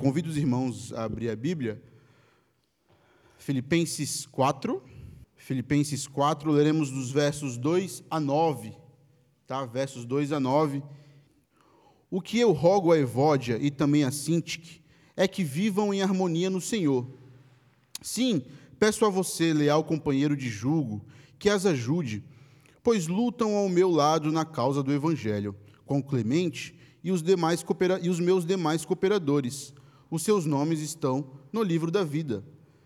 Convido os irmãos a abrir a Bíblia. Filipenses 4, leremos dos versos 2 a 9, tá? Versos 2 a 9. O que eu rogo a Evódia e também a Sintique é que vivam em harmonia no Senhor. Sim, peço a você, leal companheiro de julgo, que as ajude, pois lutam ao meu lado na causa do Evangelho, com Clemente e os meus demais cooperadores. Os seus nomes estão no livro da vida.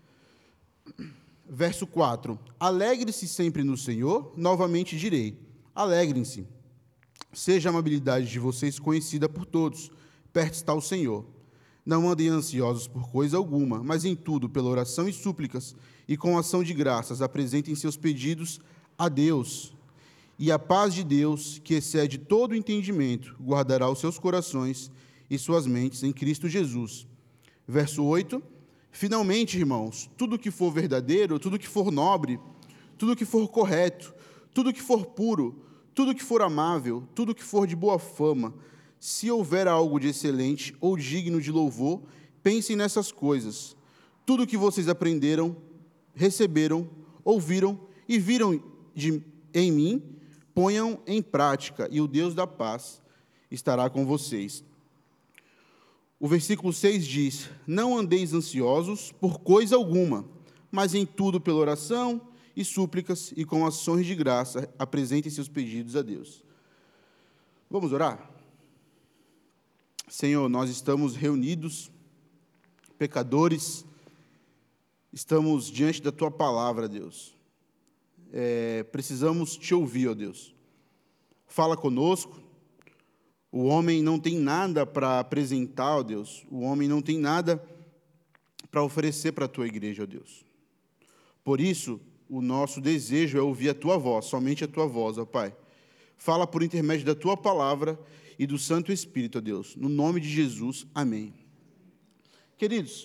Verso 4. Alegre-se sempre no Senhor, novamente direi, alegrem-se. Seja a amabilidade de vocês conhecida por todos, perto está o Senhor. Não andem ansiosos por coisa alguma, mas em tudo, pela oração e súplicas, e com ação de graças, apresentem seus pedidos a Deus. E a paz de Deus, que excede todo o entendimento, guardará os seus corações e suas mentes em Cristo Jesus. Verso 8. Finalmente, irmãos, tudo que for verdadeiro, tudo que for nobre, tudo que for correto, tudo que for puro, tudo que for amável, tudo que for de boa fama, se houver algo de excelente ou digno de louvor, pensem nessas coisas. Tudo que vocês aprenderam, receberam, ouviram e viram em mim, ponham em prática, e o Deus da paz estará com vocês. O versículo 6 diz, não andeis ansiosos por coisa alguma, mas em tudo pela oração e súplicas e com ações de graça, apresentem seus pedidos a Deus. Vamos orar? Senhor, nós estamos reunidos, pecadores, estamos diante da Tua palavra, Deus. Precisamos Te ouvir, ó Deus. Fala conosco. O homem não tem nada para apresentar, ó Deus. O homem não tem nada para oferecer para a Tua igreja, ó Deus. Por isso, o nosso desejo é ouvir a Tua voz, somente a Tua voz, ó Pai. Fala por intermédio da Tua palavra e do Santo Espírito, ó Deus. No nome de Jesus, amém. Queridos,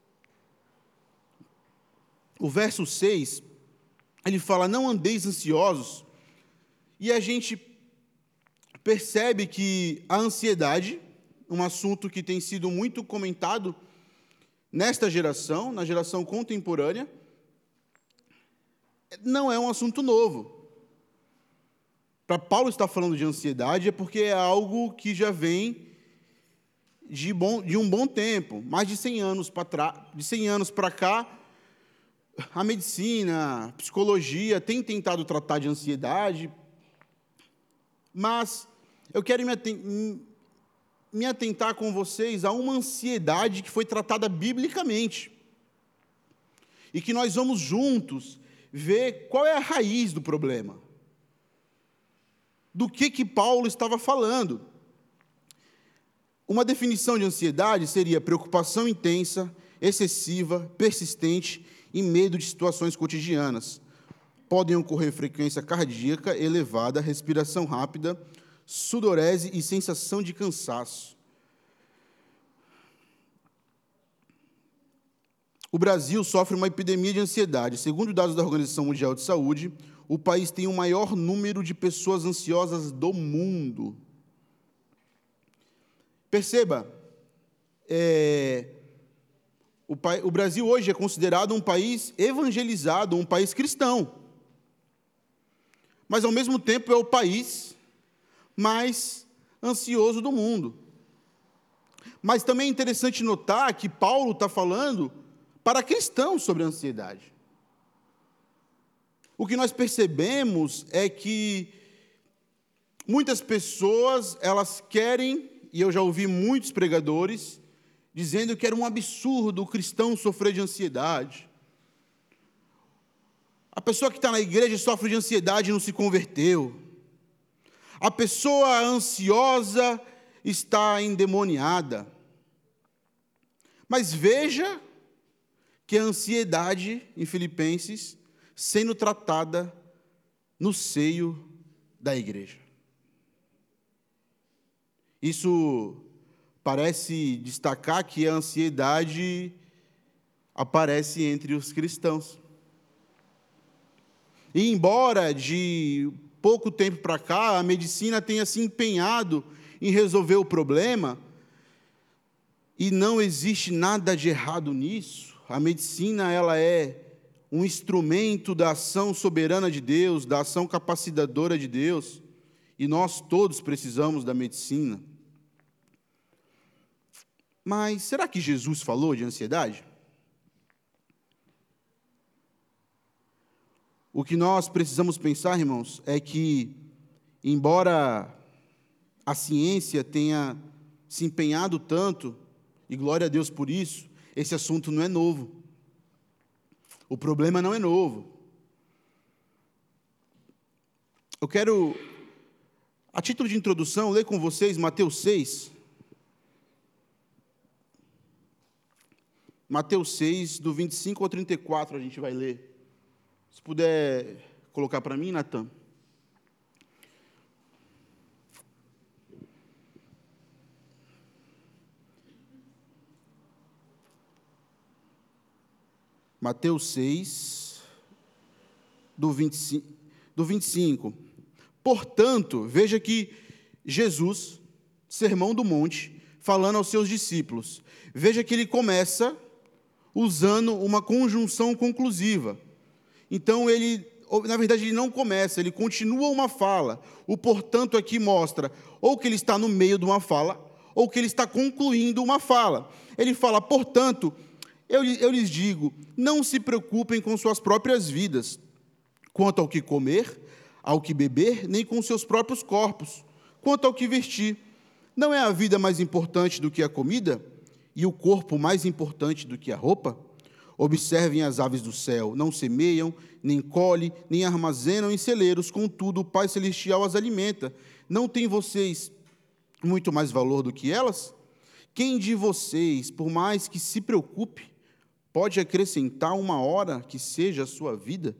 o verso 6, ele fala, não andeis ansiosos, e a gente percebe que a ansiedade, um assunto que tem sido muito comentado nesta geração, na geração contemporânea, não é um assunto novo. Para Paulo estar falando de ansiedade é porque é algo que já vem de um bom tempo, mais de 100 anos para cá, a medicina, a psicologia tem tentado tratar de ansiedade, mas eu quero me atentar com vocês a uma ansiedade que foi tratada biblicamente e que nós vamos juntos ver qual é a raiz do problema, do que Paulo estava falando. Uma definição de ansiedade seria preocupação intensa, excessiva, persistente e medo de situações cotidianas. Podem ocorrer frequência cardíaca elevada, respiração rápida, sudorese e sensação de cansaço. O Brasil sofre uma epidemia de ansiedade. Segundo dados da Organização Mundial de Saúde, o país tem o maior número de pessoas ansiosas do mundo. Perceba, o Brasil hoje é considerado um país evangelizado, um país cristão. Mas, ao mesmo tempo, é o país mais ansioso do mundo. Mas também é interessante notar que Paulo está falando para cristãos sobre a ansiedade. O que nós percebemos é que muitas pessoas, elas querem, e eu já ouvi muitos pregadores, dizendo que era um absurdo o cristão sofrer de ansiedade. A pessoa que está na igreja sofre de ansiedade e não se converteu. A pessoa ansiosa está endemoniada. Mas veja que a ansiedade, em Filipenses, sendo tratada no seio da igreja. Isso parece destacar que a ansiedade aparece entre os cristãos. E embora de pouco tempo para cá, a medicina tenha se empenhado em resolver o problema, E não existe nada de errado nisso. A medicina, ela é um instrumento da ação soberana de Deus, da ação capacitadora de Deus, e nós todos precisamos da medicina. Mas será que Jesus falou de ansiedade? O que nós precisamos pensar, irmãos, é que, embora a ciência tenha se empenhado tanto, e glória a Deus por isso, esse assunto não é novo. O problema não é novo. Eu quero, a título de introdução, ler com vocês Mateus 6. Mateus 6, do 25 ao 34, a gente vai ler. Se puder colocar para mim, Natan. Mateus 6, do 25. Portanto, veja que Jesus, Sermão do Monte, falando aos seus discípulos, veja que ele começa usando uma conjunção conclusiva. Então, na verdade, ele não começa, ele continua uma fala. O portanto aqui mostra ou que ele está no meio de uma fala, ou que ele está concluindo uma fala. Ele fala, portanto, eu lhes digo, não se preocupem com suas próprias vidas, quanto ao que comer, ao que beber, nem com seus próprios corpos, quanto ao que vestir. Não é a vida mais importante do que a comida, e o corpo mais importante do que a roupa? Observem as aves do céu, não semeiam, nem colhem, nem armazenam em celeiros, contudo o Pai Celestial as alimenta. Não têm vocês muito mais valor do que elas? Quem de vocês, por mais que se preocupe, pode acrescentar uma hora que seja a sua vida?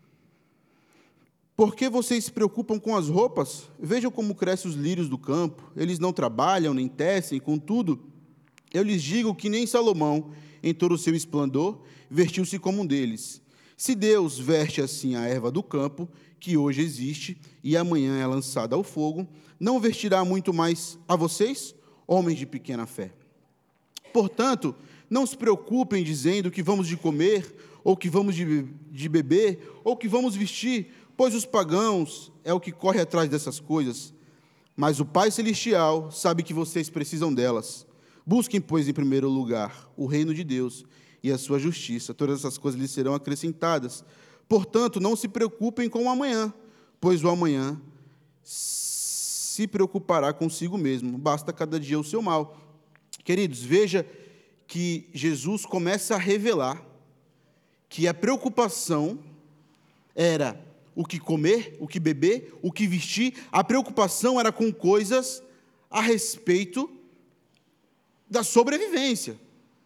Por que vocês se preocupam com as roupas? Vejam como crescem os lírios do campo. Eles não trabalham, nem tecem, contudo, eu lhes digo que nem Salomão, em todo o seu esplendor, vestiu-se como um deles. Se Deus veste assim a erva do campo, que hoje existe, e amanhã é lançada ao fogo, não vestirá muito mais a vocês, homens de pequena fé? Portanto, não se preocupem dizendo que vamos de comer, ou que vamos de beber, ou que vamos vestir, pois os pagãos é o que corre atrás dessas coisas. Mas o Pai Celestial sabe que vocês precisam delas. Busquem, pois, em primeiro lugar o reino de Deus e a sua justiça. Todas essas coisas lhes serão acrescentadas. Portanto, não se preocupem com o amanhã, pois o amanhã se preocupará consigo mesmo. Basta cada dia o seu mal. Queridos, veja que Jesus começa a revelar que a preocupação era o que comer, o que beber, o que vestir. A preocupação era com coisas a respeito da sobrevivência.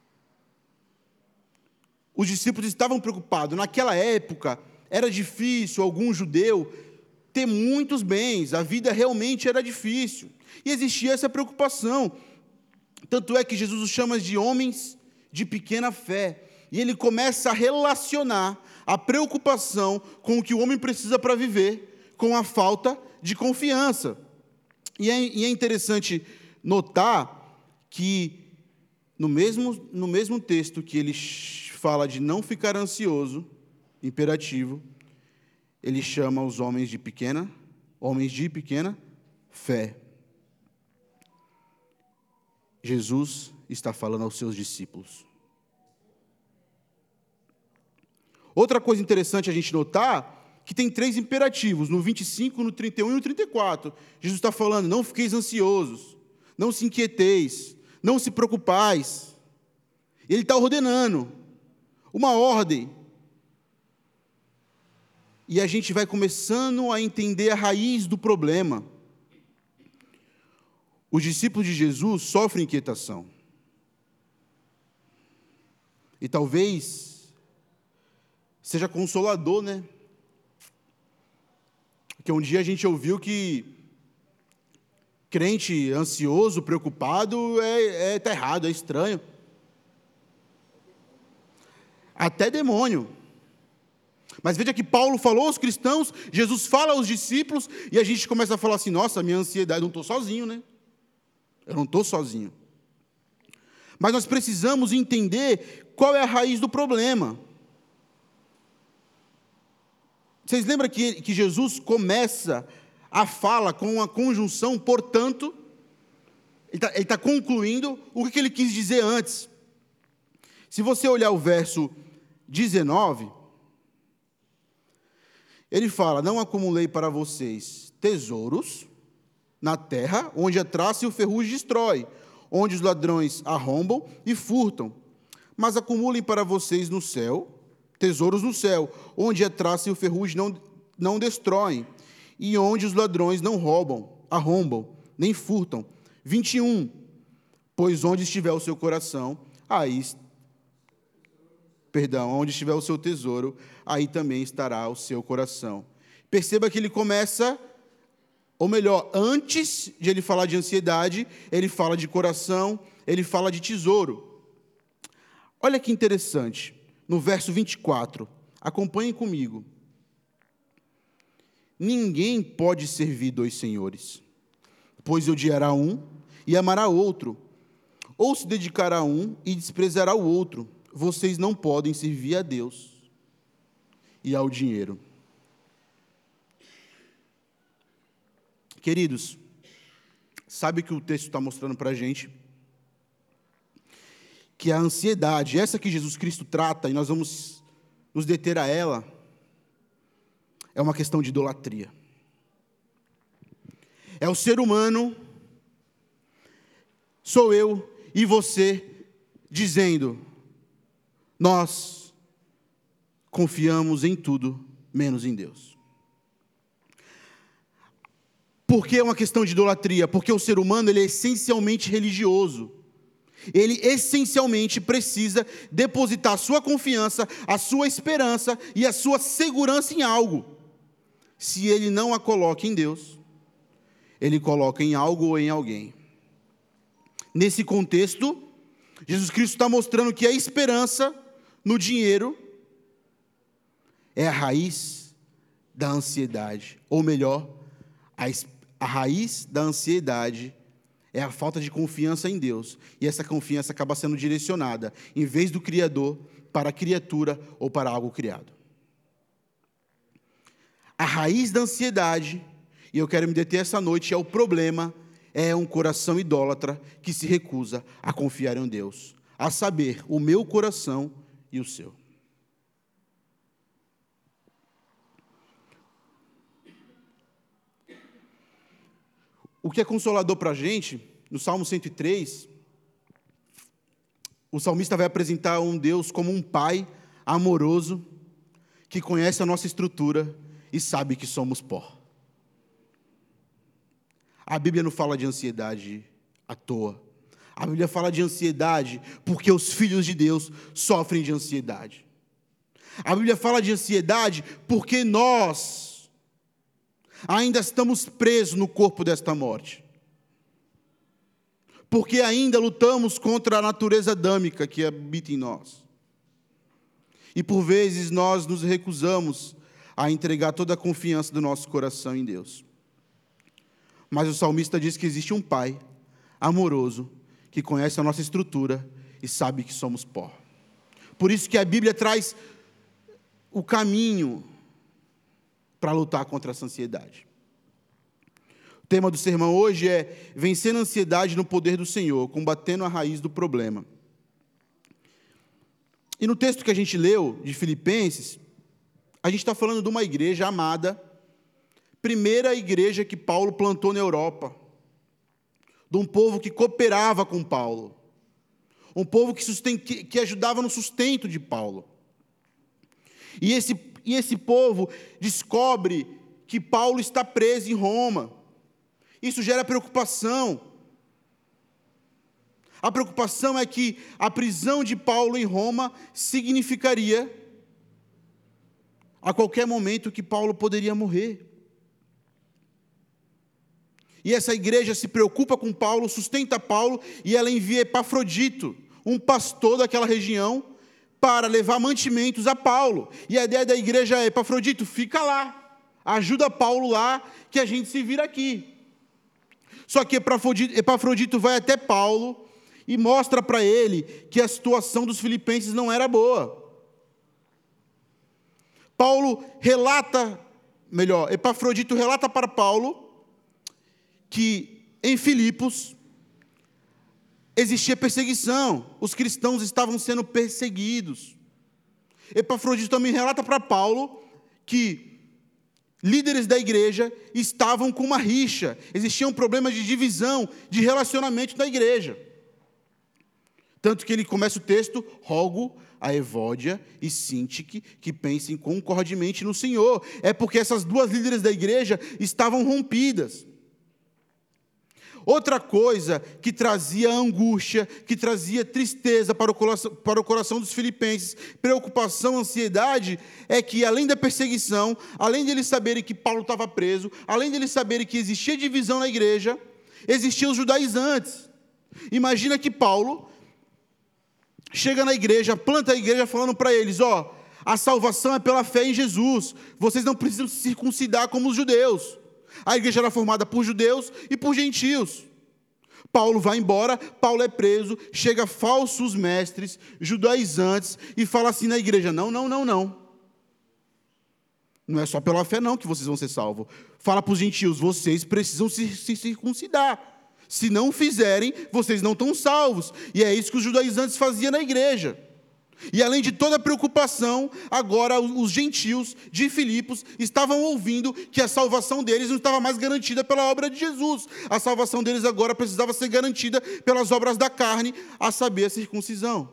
Os discípulos estavam preocupados. Naquela época, era difícil algum judeu ter muitos bens. A vida realmente era difícil. E existia essa preocupação. Tanto é que Jesus os chama de homens de pequena fé. E ele começa a relacionar a preocupação com o que o homem precisa para viver, com a falta de confiança. E é interessante notar que no mesmo texto que ele fala de não ficar ansioso, imperativo, ele chama os homens de pequena fé. Jesus está falando aos seus discípulos. Outra coisa interessante a gente notar, que tem 3 imperativos, no 25, no 31 e no 34. Jesus está falando, não fiqueis ansiosos, não se inquieteis, não se preocupais. Ele está ordenando uma ordem. E a gente vai começando a entender a raiz do problema. Os discípulos de Jesus sofrem inquietação. E talvez seja consolador, né? Porque um dia a gente ouviu que crente ansioso, preocupado, tá errado, é estranho. Até demônio. Mas veja que Paulo falou aos cristãos, Jesus fala aos discípulos, e a gente começa a falar assim, nossa, minha ansiedade, eu não estou sozinho, né? Eu não estou sozinho. Mas nós precisamos entender qual é a raiz do problema. Vocês lembram que Jesus começa a fala com uma conjunção, portanto, ele está concluindo o que ele quis dizer antes. Se você olhar o verso 19, ele fala: não acumulei para vocês tesouros na terra, onde a traça e o ferrugem destrói, onde os ladrões arrombam e furtam, mas acumulem para vocês no céu, tesouros no céu, onde a traça e o ferrugem não destroem, e onde os ladrões não arrombam, nem furtam. 21, pois onde estiver o seu coração, onde estiver o seu tesouro, aí também estará o seu coração. Perceba que ele começa, ou melhor, antes de ele falar de ansiedade, ele fala de coração, ele fala de tesouro. Olha que interessante, no verso 24, acompanhem comigo. Ninguém pode servir dois senhores, pois odiará um e amará outro, ou se dedicará a um e desprezará o outro. Vocês não podem servir a Deus e ao dinheiro. Queridos, sabe o que o texto está mostrando para a gente? Que a ansiedade, essa que Jesus Cristo trata, e nós vamos nos deter a ela, é uma questão de idolatria. É o ser humano, sou eu e você, dizendo: nós confiamos em tudo, menos em Deus. Por que é uma questão de idolatria? Porque o ser humano ele é essencialmente religioso. Ele essencialmente precisa depositar a sua confiança, a sua esperança e a sua segurança em algo. Se ele não a coloca em Deus, ele coloca em algo ou em alguém. Nesse contexto, Jesus Cristo está mostrando que a esperança no dinheiro é a raiz da ansiedade. Ou melhor, a raiz da ansiedade é a falta de confiança em Deus. E essa confiança acaba sendo direcionada, em vez do Criador, para a criatura ou para algo criado. A raiz da ansiedade, e eu quero me deter essa noite, é o problema, é um coração idólatra que se recusa a confiar em Deus, a saber, o meu coração e o seu. O que é consolador para a gente, no Salmo 103, o salmista vai apresentar um Deus como um pai amoroso, que conhece a nossa estrutura e sabe que somos pó. A Bíblia não fala de ansiedade à toa. A Bíblia fala de ansiedade porque os filhos de Deus sofrem de ansiedade. A Bíblia fala de ansiedade porque nós ainda estamos presos no corpo desta morte. Porque ainda lutamos contra a natureza adâmica que habita em nós. E por vezes nós nos recusamos a entregar toda a confiança do nosso coração em Deus. Mas o salmista diz que existe um pai amoroso que conhece a nossa estrutura e sabe que somos pó. Por isso que a Bíblia traz o caminho para lutar contra essa ansiedade. O tema do sermão hoje é vencendo a ansiedade no poder do Senhor, combatendo a raiz do problema. E no texto que a gente leu, de Filipenses, a gente está falando de uma igreja amada, primeira igreja que Paulo plantou na Europa, de um povo que cooperava com Paulo, um povo que ajudava no sustento de Paulo. E esse povo descobre que Paulo está preso em Roma. Isso gera preocupação. A preocupação é que a prisão de Paulo em Roma significaria, a qualquer momento, que Paulo poderia morrer. E essa igreja se preocupa com Paulo, sustenta Paulo, e ela envia Epafrodito, um pastor daquela região, para levar mantimentos a Paulo. E a ideia da igreja é: Epafrodito, fica lá, ajuda Paulo lá, que a gente se vira aqui. Só que Epafrodito vai até Paulo, e mostra para ele que a situação dos filipenses não era boa. Epafrodito relata para Paulo que em Filipos existia perseguição, os cristãos estavam sendo perseguidos. Epafrodito também relata para Paulo que líderes da igreja estavam com uma rixa, existiam problemas de divisão, de relacionamento da igreja. Tanto que ele começa o texto: rogo a Evódia e Sintique que pensem concordemente no Senhor. É porque essas duas líderes da igreja estavam rompidas. Outra coisa que trazia angústia, que trazia tristeza para o coração dos filipenses, preocupação, ansiedade, é que além da perseguição, além de eles saberem que Paulo estava preso, além de eles saberem que existia divisão na igreja, existiam os judaizantes. Imagina que Paulo chega na igreja, planta a igreja falando para eles: a salvação é pela fé em Jesus, vocês não precisam se circuncidar como os judeus. A igreja era formada por judeus e por gentios. Paulo vai embora, Paulo é preso, chega falsos mestres, judaizantes, e fala assim na igreja: não. Não é só pela fé não que vocês vão ser salvos. Fala para os gentios: vocês precisam se circuncidar. Se não fizerem, vocês não estão salvos. E é isso que os judaizantes faziam na igreja. E além de toda a preocupação, agora os gentios de Filipos estavam ouvindo que a salvação deles não estava mais garantida pela obra de Jesus. A salvação deles agora precisava ser garantida pelas obras da carne, a saber, a circuncisão.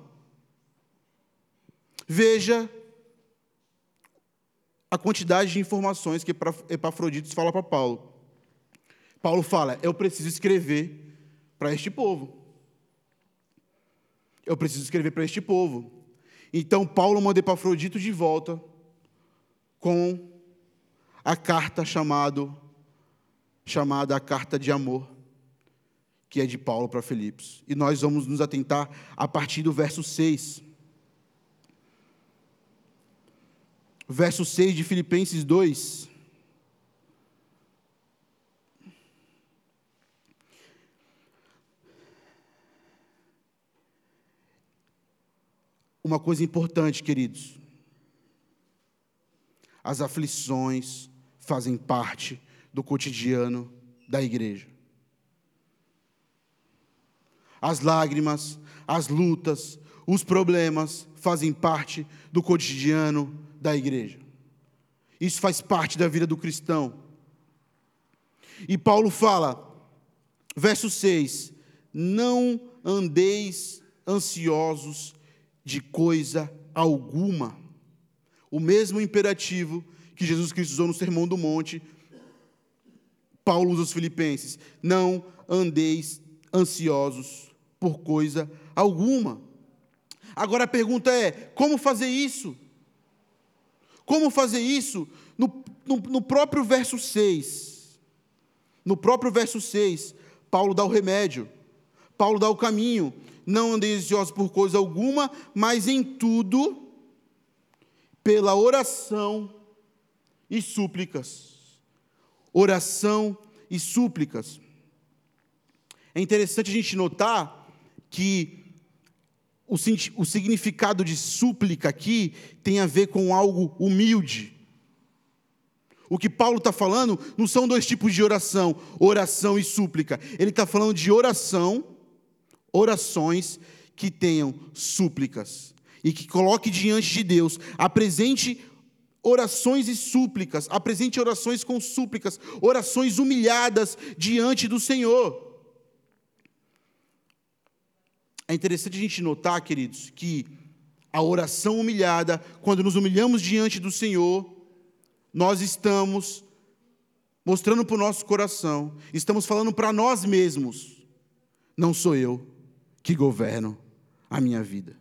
Veja a quantidade de informações que Epafrodito fala para Paulo. Paulo fala: eu preciso escrever para este povo. Eu preciso escrever para este povo. Então, Paulo manda Epafrodito de volta com a carta chamada a Carta de Amor, que é de Paulo para Filipos. E nós vamos nos atentar a partir do verso 6. Verso 6 de Filipenses 2. Uma coisa importante, queridos: as aflições fazem parte do cotidiano da igreja. As lágrimas, as lutas, os problemas fazem parte do cotidiano da igreja. Isso faz parte da vida do cristão. E Paulo fala, verso 6: não andeis ansiosos de coisa alguma. O mesmo imperativo que Jesus Cristo usou no Sermão do Monte, Paulo usa aos Filipenses: não andeis ansiosos por coisa alguma. Agora a pergunta é: como fazer isso? Como fazer isso? No próprio verso 6. No próprio verso 6, Paulo dá o remédio. Paulo dá o caminho. Não andeis ansiosos por coisa alguma, mas em tudo, pela oração e súplicas. Oração e súplicas. É interessante a gente notar que o significado de súplica aqui tem a ver com algo humilde. O que Paulo está falando não são dois tipos de oração, oração e súplica. Ele está falando de orações que tenham súplicas. E que coloque diante de Deus, apresente orações e súplicas, apresente orações com súplicas, orações humilhadas diante do Senhor. É interessante a gente notar, queridos, que a oração humilhada, quando nos humilhamos diante do Senhor, nós estamos mostrando para o nosso coração, estamos falando para nós mesmos: não sou eu que governo a minha vida.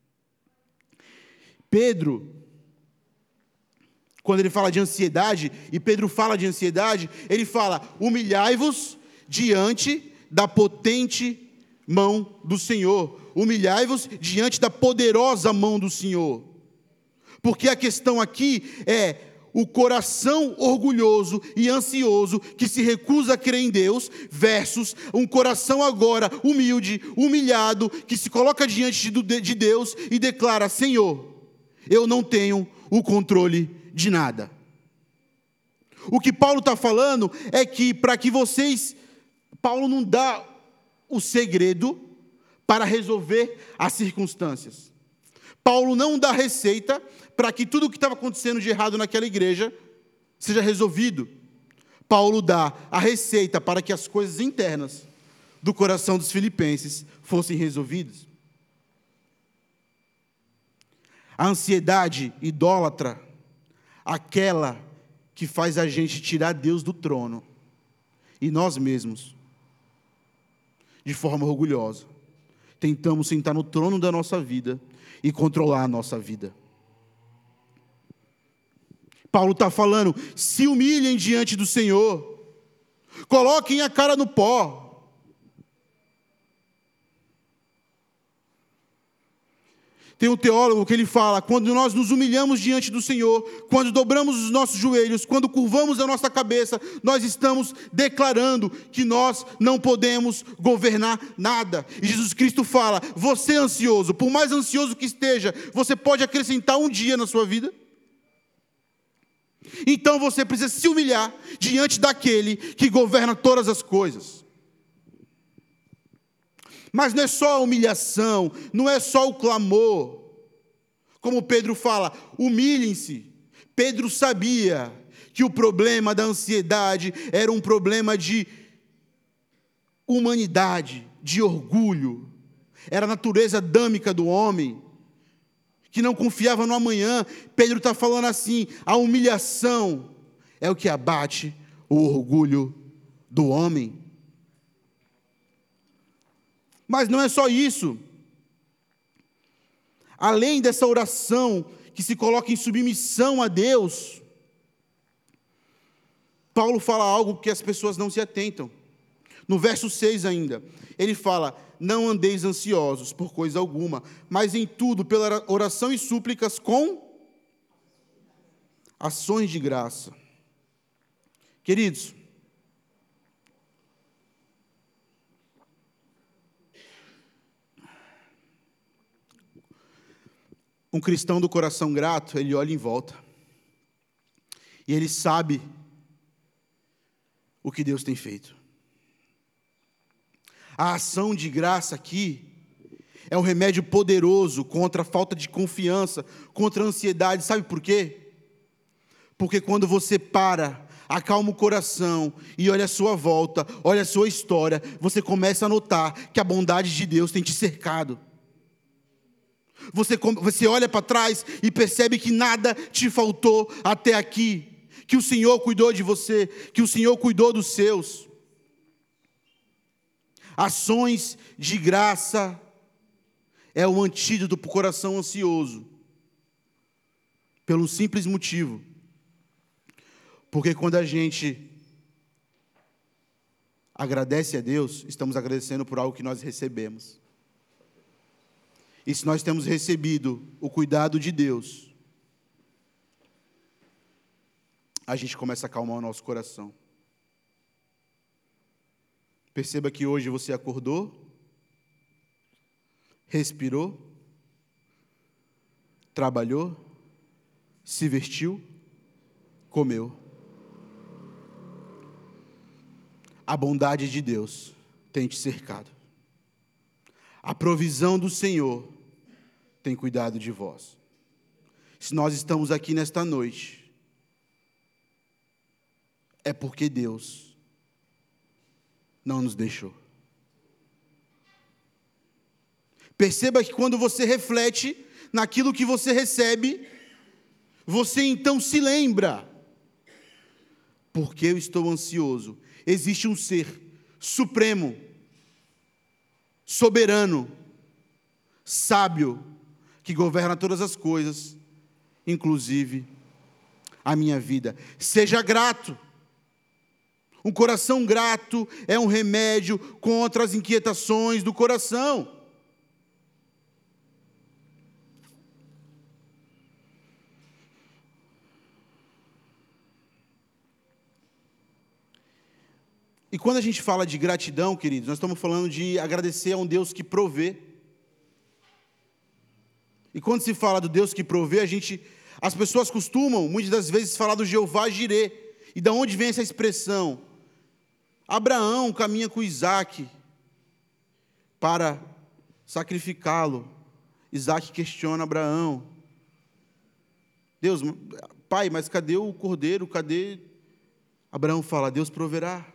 Pedro, quando ele fala de ansiedade, e Pedro fala de ansiedade, ele fala: humilhai-vos diante da potente mão do Senhor. Humilhai-vos diante da poderosa mão do Senhor. Porque a questão aqui é o coração orgulhoso e ansioso que se recusa a crer em Deus, versus um coração agora humilde, humilhado, que se coloca diante de Deus e declara: Senhor, eu não tenho o controle de nada. O que Paulo está falando é que para que vocês... Paulo não dá o segredo para resolver as circunstâncias. Paulo não dá receita para que tudo o que estava acontecendo de errado naquela igreja seja resolvido. Paulo dá a receita para que as coisas internas do coração dos filipenses fossem resolvidas. A ansiedade idólatra, aquela que faz a gente tirar Deus do trono e nós mesmos, de forma orgulhosa, tentamos sentar no trono da nossa vida e controlar a nossa vida. Paulo está falando: se humilhem diante do Senhor, coloquem a cara no pó. Tem um teólogo que ele fala: quando nós nos humilhamos diante do Senhor, quando dobramos os nossos joelhos, quando curvamos a nossa cabeça, nós estamos declarando que nós não podemos governar nada. E Jesus Cristo fala: você é ansioso, por mais ansioso que esteja, você pode acrescentar um dia na sua vida? Então você precisa se humilhar diante daquele que governa todas as coisas. Mas não é só a humilhação, não é só o clamor. Como Pedro fala: humilhem-se. Pedro sabia que o problema da ansiedade era um problema de humanidade, de orgulho. Era a natureza adâmica do homem, que não confiava no amanhã. Pedro está falando assim: a humilhação é o que abate o orgulho do homem. Mas não é só isso. Além dessa oração que se coloca em submissão a Deus, Paulo fala algo que as pessoas não se atentam. No verso 6 ainda, ele fala: não andeis ansiosos por coisa alguma, mas em tudo, pela oração e súplicas, com ações de graça. Queridos, um cristão do coração grato, ele olha em volta e ele sabe o que Deus tem feito. A ação de graça aqui é um remédio poderoso contra a falta de confiança, contra a ansiedade. Sabe por quê? Porque quando você para, acalma o coração e olha a sua volta, olha a sua história, você começa a notar que a bondade de Deus tem te cercado. Você olha para trás e percebe que nada te faltou até aqui, que o Senhor cuidou de você, que o Senhor cuidou dos seus. Ações de graça é o antídoto para o coração ansioso, pelo simples motivo, porque quando a gente agradece a Deus, estamos agradecendo por algo que nós recebemos. E se nós temos recebido o cuidado de Deus, a gente começa a acalmar o nosso coração. Perceba que hoje você acordou, respirou, trabalhou, se vestiu, comeu. A bondade de Deus tem te cercado. A provisão do Senhor tem cuidado de vós. Se nós estamos aqui nesta noite, é porque Deus não nos deixou. Perceba que quando você reflete naquilo que você recebe, você então se lembra: porque eu estou ansioso. Existe um ser supremo, soberano, sábio, que governa todas as coisas, inclusive a minha vida. Seja grato. Um coração grato é um remédio contra as inquietações do coração. E quando a gente fala de gratidão, queridos, nós estamos falando de agradecer a um Deus que provê. E quando se fala do Deus que provê, as pessoas costumam, muitas das vezes, falar do Jeová Jirê. E da onde vem essa expressão? Abraão caminha com Isaac para sacrificá-lo. Isaac questiona Abraão. Deus, pai, mas cadê o cordeiro? Cadê? Abraão fala, Deus proverá.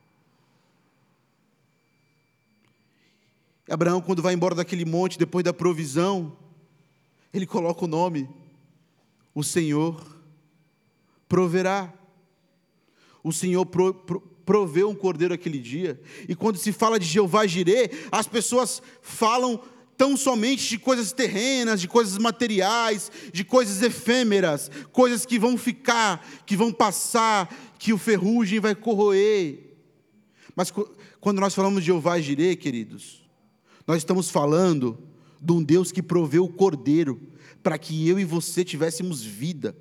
Abraão, quando vai embora daquele monte, depois da provisão, ele coloca o nome, o Senhor proverá. O Senhor proveu um cordeiro aquele dia. E quando se fala de Jeová Jirê, as pessoas falam tão somente de coisas terrenas, de coisas materiais, de coisas efêmeras, coisas que vão ficar, que vão passar, que o ferrugem vai corroer. Mas quando nós falamos de Jeová Jirê, queridos, nós estamos falando de um Deus que proveu o cordeiro para que eu e você tivéssemos vida.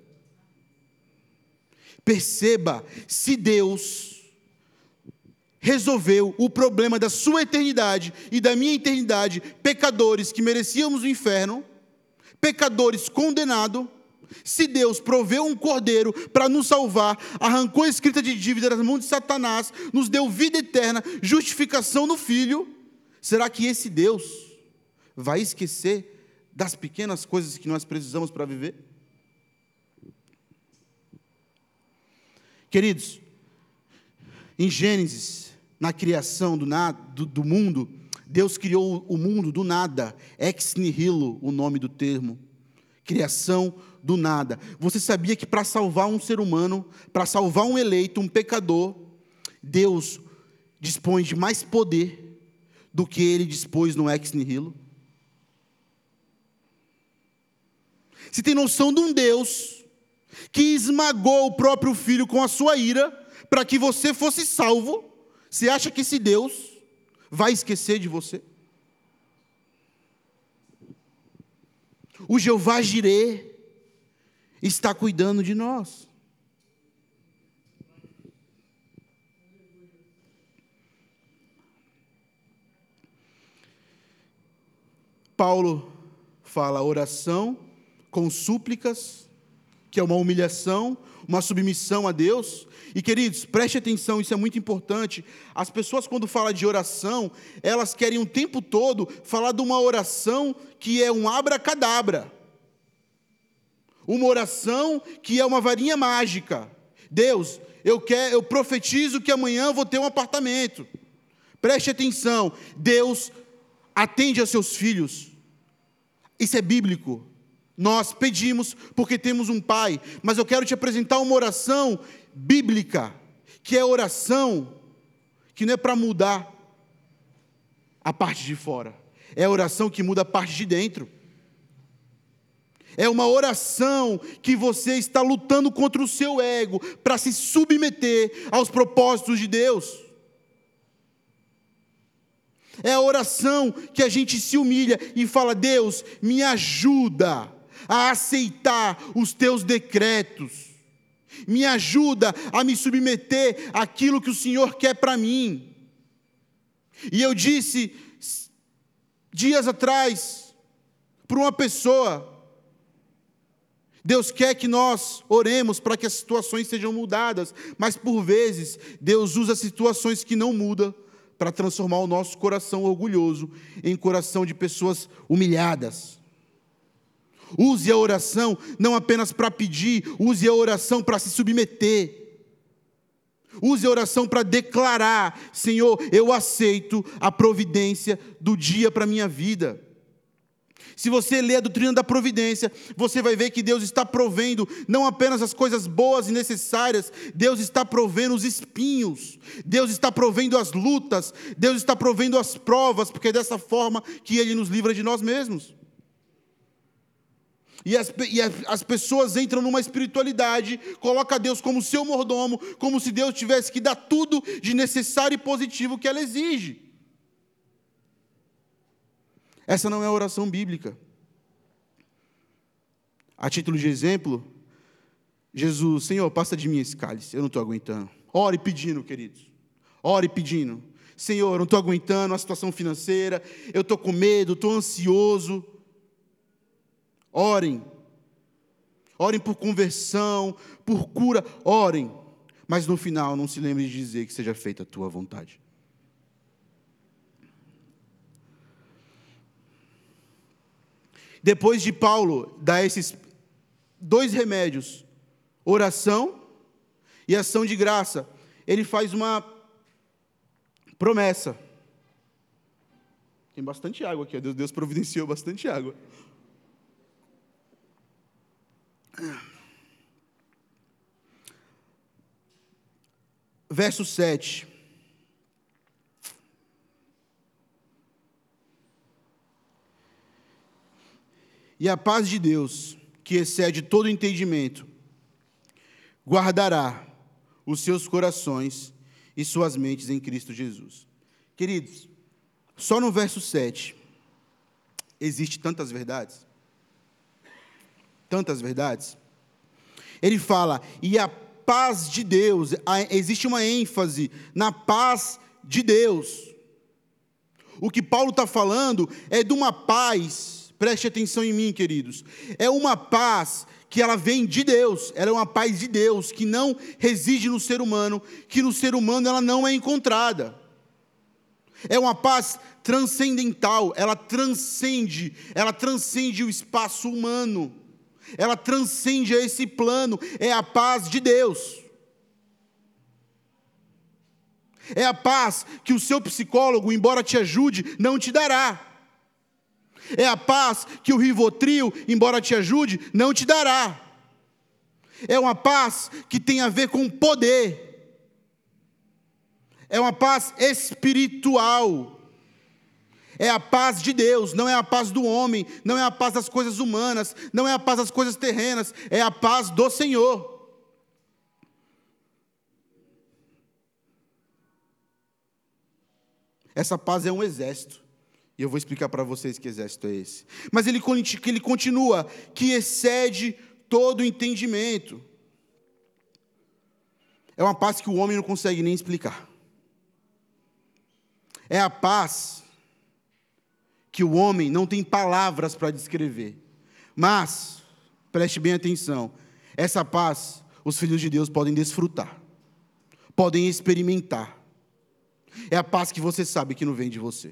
Perceba, se Deus resolveu o problema da sua eternidade e da minha eternidade, pecadores que merecíamos o inferno, pecadores condenados, se Deus proveu um cordeiro para nos salvar, arrancou a escrita de dívida das mãos de Satanás, nos deu vida eterna, justificação no Filho, será que esse Deus vai esquecer das pequenas coisas que nós precisamos para viver? Queridos, em Gênesis, na criação do mundo, Deus criou o mundo do nada, ex nihilo, o nome do termo, criação do nada. Você sabia que para salvar um ser humano, para salvar um eleito, um pecador, Deus dispõe de mais poder do que Ele dispôs no ex nihilo? Você tem noção de um Deus que esmagou o próprio Filho com a sua ira, para que você fosse salvo? Você acha que esse Deus vai esquecer de você? O Jeová Jirê está cuidando de nós. Paulo fala oração com súplicas, que é uma humilhação, uma submissão a Deus. E, queridos, preste atenção, isso é muito importante. As pessoas, quando falam de oração, elas querem o tempo todo falar de uma oração que é um abracadabra. Uma oração que é uma varinha mágica. Deus, eu profetizo que amanhã eu vou ter um apartamento. Preste atenção, Deus atende aos seus filhos. Isso é bíblico. Nós pedimos porque temos um Pai, mas eu quero te apresentar uma oração bíblica, que é oração que não é para mudar a parte de fora, é a oração que muda a parte de dentro. É uma oração que você está lutando contra o seu ego para se submeter aos propósitos de Deus. É a oração que a gente se humilha e fala: Deus, me ajuda a aceitar os teus decretos. Me ajuda a me submeter àquilo que o Senhor quer para mim. E eu disse, dias atrás, para uma pessoa: Deus quer que nós oremos para que as situações sejam mudadas, mas por vezes Deus usa situações que não mudam para transformar o nosso coração orgulhoso em coração de pessoas humilhadas. Use a oração não apenas para pedir, use a oração para se submeter. Use a oração para declarar: Senhor, eu aceito a providência do dia para a minha vida. Se você ler a doutrina da providência, você vai ver que Deus está provendo não apenas as coisas boas e necessárias, Deus está provendo os espinhos, Deus está provendo as lutas, Deus está provendo as provas, porque é dessa forma que Ele nos livra de nós mesmos. E as pessoas entram numa espiritualidade, colocam Deus como seu mordomo, como se Deus tivesse que dar tudo de necessário e positivo que ela exige. Essa não é a oração bíblica. A título de exemplo, Jesus: Senhor, passa de mim esse cálice, eu não estou aguentando. Ore pedindo, queridos. Ore pedindo: Senhor, eu não estou aguentando a situação financeira, eu estou com medo, estou ansioso. Orem. Orem por conversão, por cura, orem. Mas no final, não se lembre de dizer que seja feita a tua vontade. Depois de Paulo dar esses 2 remédios, oração e ação de graça, ele faz uma promessa. Tem bastante água aqui, Deus providenciou bastante água. Verso 7. E a paz de Deus, que excede todo entendimento, guardará os seus corações e suas mentes em Cristo Jesus. Queridos, só no verso 7 existe tantas verdades. Tantas verdades. Ele fala: e a paz de Deus, existe uma ênfase na paz de Deus. O que Paulo está falando é de uma paz, preste atenção em mim, queridos, é uma paz que ela vem de Deus, ela é uma paz de Deus, que não reside no ser humano, que no ser humano ela não é encontrada. É uma paz transcendental, ela transcende o espaço humano, ela transcende esse plano, é a paz de Deus. É a paz que o seu psicólogo, embora te ajude, não te dará. É a paz que o Rivotril, embora te ajude, não te dará. É uma paz que tem a ver com poder. É uma paz espiritual. É a paz de Deus, não é a paz do homem, não é a paz das coisas humanas, não é a paz das coisas terrenas, é a paz do Senhor. Essa paz é um exército. E eu vou explicar para vocês que exército é esse. Mas ele continua, que excede todo entendimento. É uma paz que o homem não consegue nem explicar. É a paz que o homem não tem palavras para descrever. Mas, preste bem atenção, essa paz os filhos de Deus podem desfrutar, podem experimentar. É a paz que você sabe que não vem de você.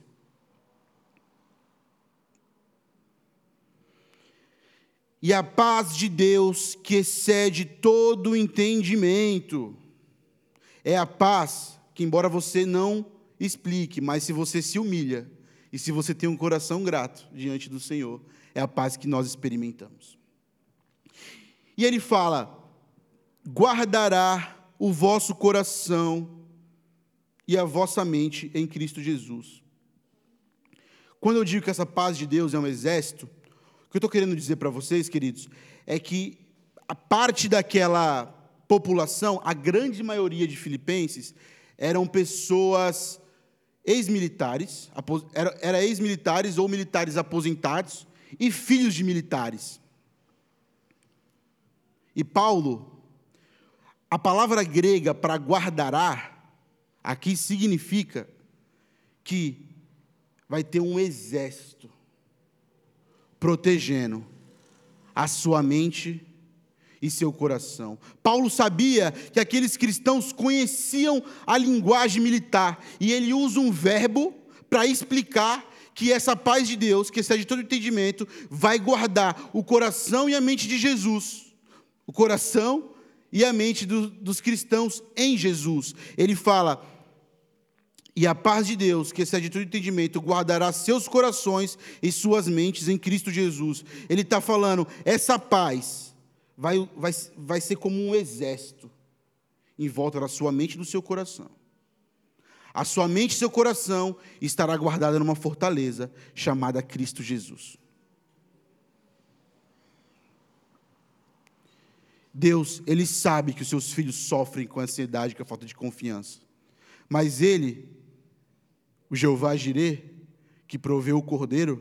E a paz de Deus que excede todo entendimento. É a paz que, embora você não explique, mas se você se humilha, e se você tem um coração grato diante do Senhor, é a paz que nós experimentamos. E ele fala: guardará o vosso coração e a vossa mente em Cristo Jesus. Quando eu digo que essa paz de Deus é um exército, o que eu estou querendo dizer para vocês, queridos, é que a parte daquela população, a grande maioria de filipenses, eram pessoas ex-militares, era ex-militares ou militares aposentados e filhos de militares. E Paulo, a palavra grega para guardará, aqui significa que vai ter um exército protegendo a sua mente e seu coração. Paulo sabia que aqueles cristãos conheciam a linguagem militar, e ele usa um verbo para explicar que essa paz de Deus, que excede todo entendimento, vai guardar o coração e a mente de Jesus, o coração e a mente dos cristãos em Jesus. Ele fala: e a paz de Deus, que excede todo entendimento, guardará seus corações e suas mentes em Cristo Jesus. Ele está falando, essa paz vai ser como um exército em volta da sua mente e do seu coração. A sua mente e seu coração estará guardada numa fortaleza chamada Cristo Jesus. Deus, Ele sabe que os seus filhos sofrem com a ansiedade, com a falta de confiança. Mas Ele, o Jeová Jirê, que proveu o cordeiro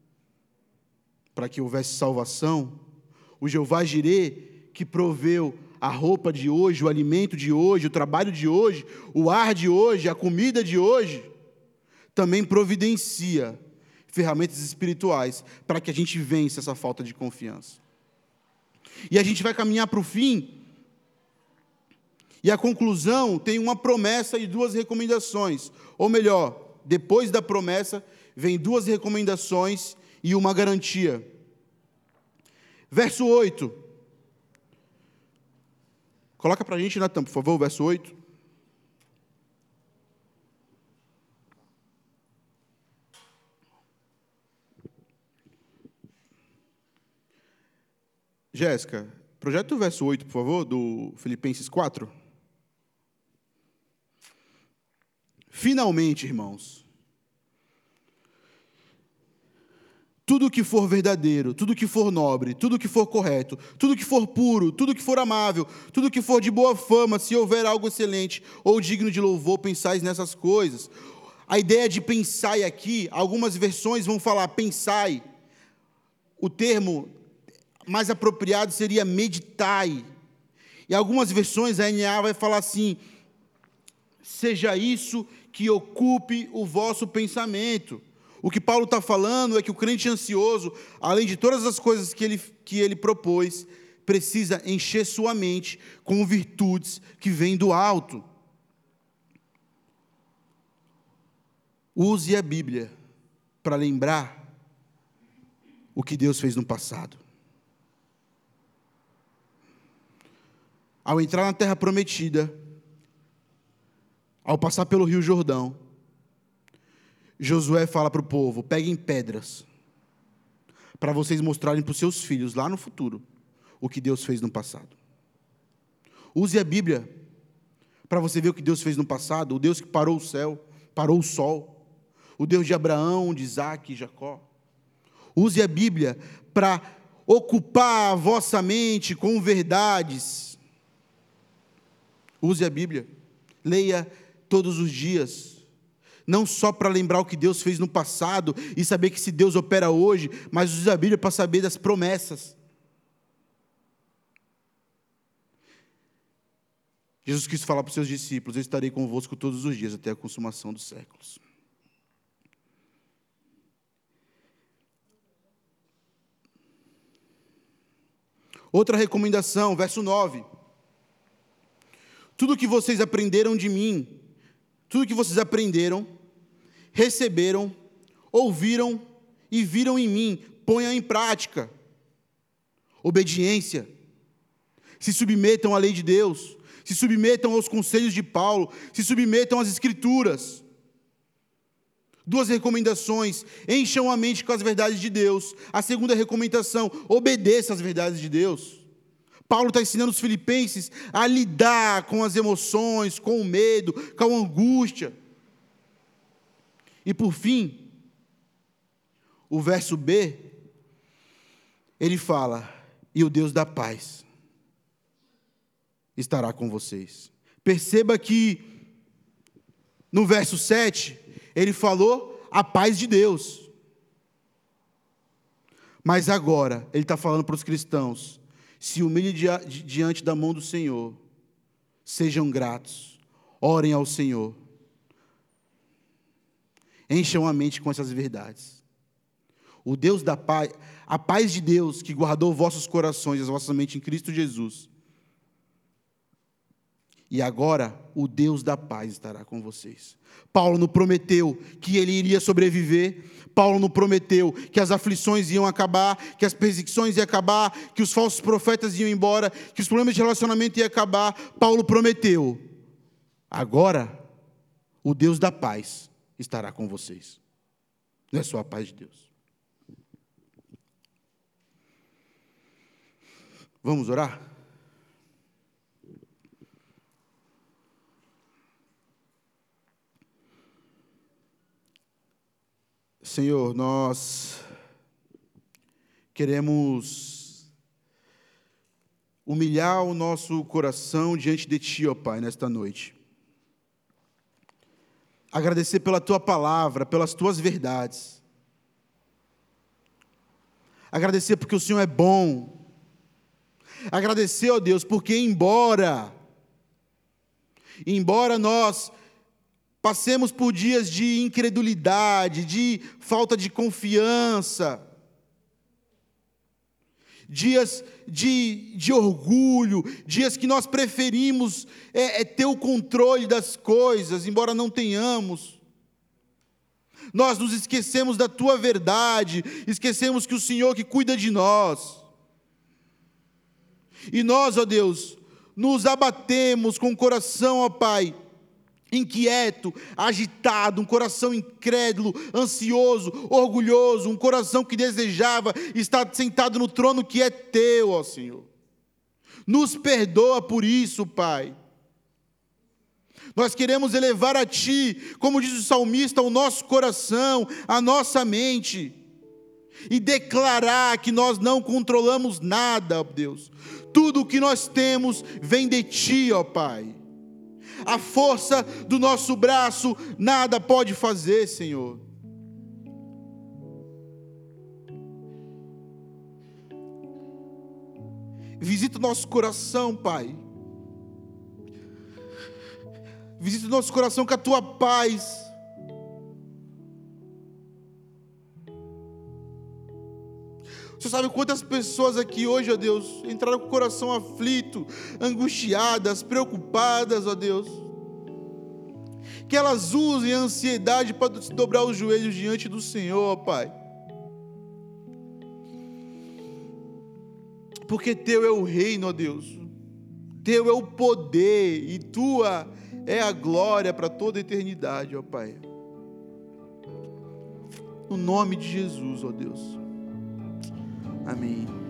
para que houvesse salvação, o Jeová Jirê, que proveu a roupa de hoje, o alimento de hoje, o trabalho de hoje, o ar de hoje, a comida de hoje, também providencia ferramentas espirituais para que a gente vença essa falta de confiança. E a gente vai caminhar para o fim, e a conclusão tem uma promessa e duas recomendações. Ou melhor, depois da promessa, vem duas recomendações e uma garantia. Verso 8. Coloca para a gente, Natan, por favor, o verso 8. Jéssica, projeta o verso 8, por favor, do Filipenses 4. Finalmente, irmãos, tudo que for verdadeiro, tudo que for nobre, tudo que for correto, tudo que for puro, tudo que for amável, tudo que for de boa fama, se houver algo excelente ou digno de louvor, pensais nessas coisas. A ideia de pensai aqui, algumas versões vão falar pensai. O termo mais apropriado seria meditai. E algumas versões, a NA vai falar assim, seja isso que ocupe o vosso pensamento. O que Paulo está falando é que o crente ansioso, além de todas as coisas que ele propôs, precisa encher sua mente com virtudes que vêm do alto. Use a Bíblia para lembrar o que Deus fez no passado. Ao entrar na terra prometida, ao passar pelo Rio Jordão, Josué fala para o povo, peguem pedras, para vocês mostrarem para os seus filhos, lá no futuro, o que Deus fez no passado. Use a Bíblia, para você ver o que Deus fez no passado, o Deus que parou o céu, parou o sol, o Deus de Abraão, de Isaac e Jacó. Use a Bíblia para ocupar a vossa mente com verdades. Use a Bíblia, leia todos os dias, não só para lembrar o que Deus fez no passado e saber que se Deus opera hoje, mas use a Bíblia para saber das promessas. Jesus Cristo fala para os seus discípulos, eu estarei convosco todos os dias até a consumação dos séculos. Outra recomendação, verso 9. Tudo que vocês aprenderam de mim, tudo que vocês aprenderam, receberam, ouviram e viram em mim, ponham em prática. Obediência. Se submetam à lei de Deus, se submetam aos conselhos de Paulo, se submetam às Escrituras. Duas recomendações, encham a mente com as verdades de Deus. A segunda recomendação, obedeça às verdades de Deus. Paulo está ensinando os filipenses a lidar com as emoções, com o medo, com a angústia. E por fim, o verso B, ele fala, e o Deus da paz estará com vocês. Perceba que no verso 7, ele falou a paz de Deus. Mas agora, ele está falando para os cristãos, se humilhem diante da mão do Senhor, sejam gratos, orem ao Senhor, encham a mente com essas verdades. O Deus da paz, a paz de Deus que guardou vossos corações e a vossa mente em Cristo Jesus. E agora, o Deus da paz estará com vocês. Paulo não prometeu que ele iria sobreviver. Paulo não prometeu que as aflições iam acabar, que as perseguições iam acabar, que os falsos profetas iam embora, que os problemas de relacionamento iam acabar. Paulo prometeu. Agora, o Deus da paz estará com vocês. Não é só a paz de Deus. Vamos orar? Senhor, nós queremos humilhar o nosso coração diante de Ti, ó Pai, nesta noite. Agradecer pela Tua palavra, pelas Tuas verdades. Agradecer porque o Senhor é bom. Agradecer, ó Deus, porque embora nós passemos por dias de incredulidade, de falta de confiança, dias de orgulho, dias que nós preferimos ter o controle das coisas, embora não tenhamos. Nós nos esquecemos da Tua verdade, esquecemos que o Senhor que cuida de nós. E nós, ó Deus, nos abatemos com o coração, ó Pai, inquieto, agitado, um coração incrédulo, ansioso, orgulhoso, um coração que desejava estar sentado no trono que é Teu, ó Senhor. Nos perdoa por isso, Pai. Nós queremos elevar a Ti, como diz o salmista, o nosso coração, a nossa mente, e declarar que nós não controlamos nada, ó Deus. Tudo o que nós temos vem de Ti, ó Pai. A força do nosso braço nada pode fazer, Senhor. Visita o nosso coração, Pai. Visita o nosso coração com a Tua paz. Você sabe quantas pessoas aqui hoje, ó Deus, entraram com o coração aflito, angustiadas, preocupadas, ó Deus. Que elas usem a ansiedade para se dobrar os joelhos diante do Senhor, ó Pai. Porque Teu é o reino, ó Deus. Teu é o poder e Tua é a glória para toda a eternidade, ó Pai. No nome de Jesus, ó Deus. Amém.